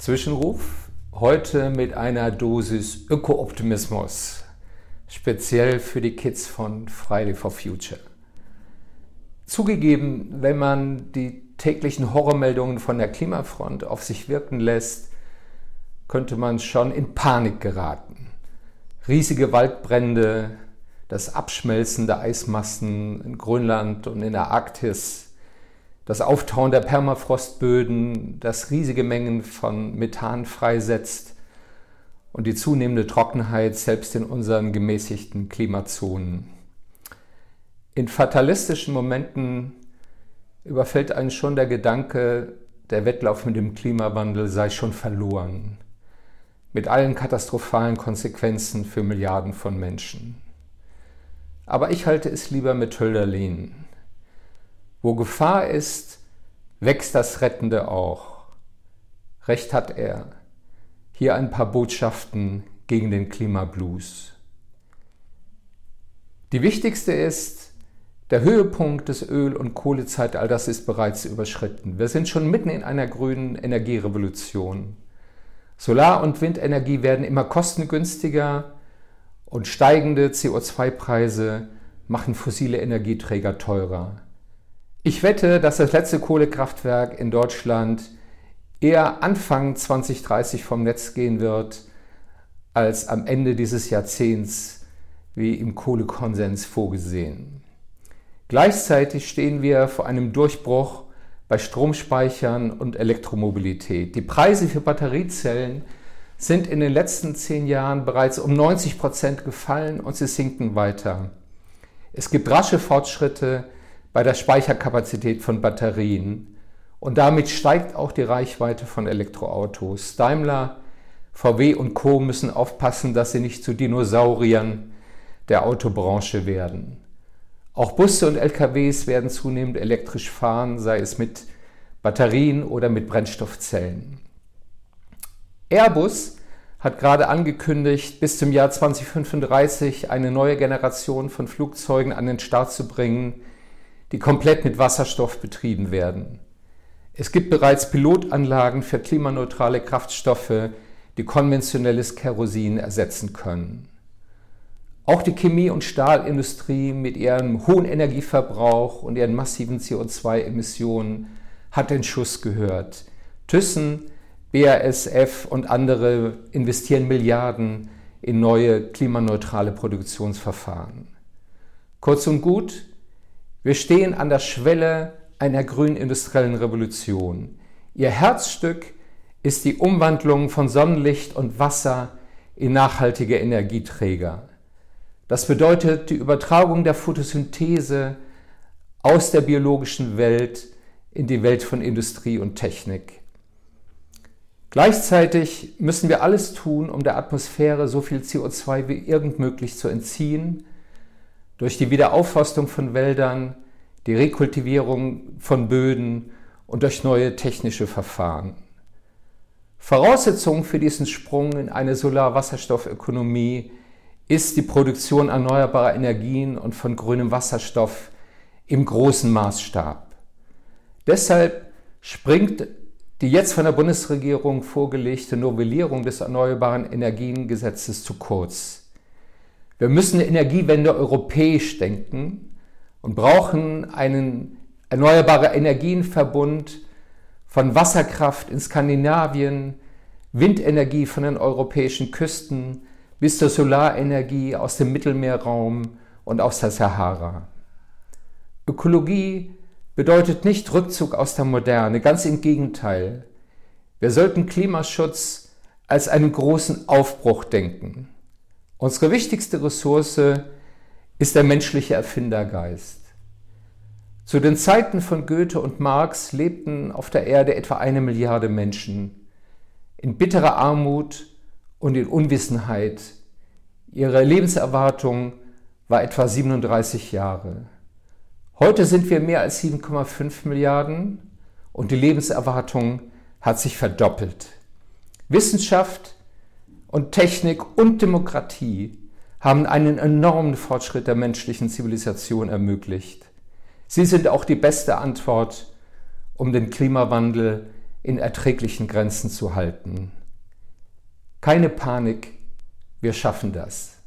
Zwischenruf, heute mit einer Dosis Öko-Optimismus, speziell für die Kids von Friday for Future. Zugegeben, wenn man die täglichen Horrormeldungen von der Klimafront auf sich wirken lässt, könnte man schon in Panik geraten. Riesige Waldbrände, das Abschmelzen der Eismassen in Grönland und in der Arktis, das Auftauen der Permafrostböden, das riesige Mengen von Methan freisetzt und die zunehmende Trockenheit selbst in unseren gemäßigten Klimazonen. In fatalistischen Momenten überfällt einen schon der Gedanke, der Wettlauf mit dem Klimawandel sei schon verloren, mit allen katastrophalen Konsequenzen für Milliarden von Menschen. Aber ich halte es lieber mit Hölderlin. Wo Gefahr ist, wächst das Rettende auch. Recht hat er. Hier ein paar Botschaften gegen den Klimablues. Die wichtigste ist, der Höhepunkt des Öl- und Kohlezeitalters ist bereits überschritten. Wir sind schon mitten in einer grünen Energierevolution. Solar- und Windenergie werden immer kostengünstiger und steigende CO2-Preise machen fossile Energieträger teurer. Ich wette, dass das letzte Kohlekraftwerk in Deutschland eher Anfang 2030 vom Netz gehen wird, als am Ende dieses Jahrzehnts, wie im Kohlekonsens vorgesehen. Gleichzeitig stehen wir vor einem Durchbruch bei Stromspeichern und Elektromobilität. Die Preise für Batteriezellen sind in den letzten 10 Jahren bereits um 90% gefallen und sie sinken weiter. Es gibt rasche Fortschritte bei der Speicherkapazität von Batterien und damit steigt auch die Reichweite von Elektroautos. Daimler, VW und Co. müssen aufpassen, dass sie nicht zu Dinosauriern der Autobranche werden. Auch Busse und LKWs werden zunehmend elektrisch fahren, sei es mit Batterien oder mit Brennstoffzellen. Airbus hat gerade angekündigt, bis zum Jahr 2035 eine neue Generation von Flugzeugen an den Start zu bringen, die komplett mit Wasserstoff betrieben werden. Es gibt bereits Pilotanlagen für klimaneutrale Kraftstoffe, die konventionelles Kerosin ersetzen können. Auch die Chemie- und Stahlindustrie mit ihrem hohen Energieverbrauch und ihren massiven CO2-Emissionen hat den Schuss gehört. Thyssen, BASF und andere investieren Milliarden in neue klimaneutrale Produktionsverfahren. Kurz und gut, wir stehen an der Schwelle einer grünen industriellen Revolution. Ihr Herzstück ist die Umwandlung von Sonnenlicht und Wasser in nachhaltige Energieträger. Das bedeutet die Übertragung der Photosynthese aus der biologischen Welt in die Welt von Industrie und Technik. Gleichzeitig müssen wir alles tun, um der Atmosphäre so viel CO2 wie irgend möglich zu entziehen, durch die Wiederaufforstung von Wäldern, die Rekultivierung von Böden und durch neue technische Verfahren. Voraussetzung für diesen Sprung in eine Solar-Wasserstoffökonomie ist die Produktion erneuerbarer Energien und von grünem Wasserstoff im großen Maßstab. Deshalb springt die jetzt von der Bundesregierung vorgelegte Novellierung des Erneuerbaren Energiengesetzes zu kurz. Wir müssen eine Energiewende europäisch denken und brauchen einen erneuerbaren Energienverbund von Wasserkraft in Skandinavien, Windenergie von den europäischen Küsten bis zur Solarenergie aus dem Mittelmeerraum und aus der Sahara. Ökologie bedeutet nicht Rückzug aus der Moderne, ganz im Gegenteil. Wir sollten Klimaschutz als einen großen Aufbruch denken. Unsere wichtigste Ressource ist der menschliche Erfindergeist. Zu den Zeiten von Goethe und Marx lebten auf der Erde etwa 1 Milliarde Menschen in bitterer Armut und in Unwissenheit. Ihre Lebenserwartung war etwa 37 Jahre. Heute sind wir mehr als 7,5 Milliarden und die Lebenserwartung hat sich verdoppelt. Wissenschaft und Technik und Demokratie haben einen enormen Fortschritt der menschlichen Zivilisation ermöglicht. Sie sind auch die beste Antwort, um den Klimawandel in erträglichen Grenzen zu halten. Keine Panik, wir schaffen das.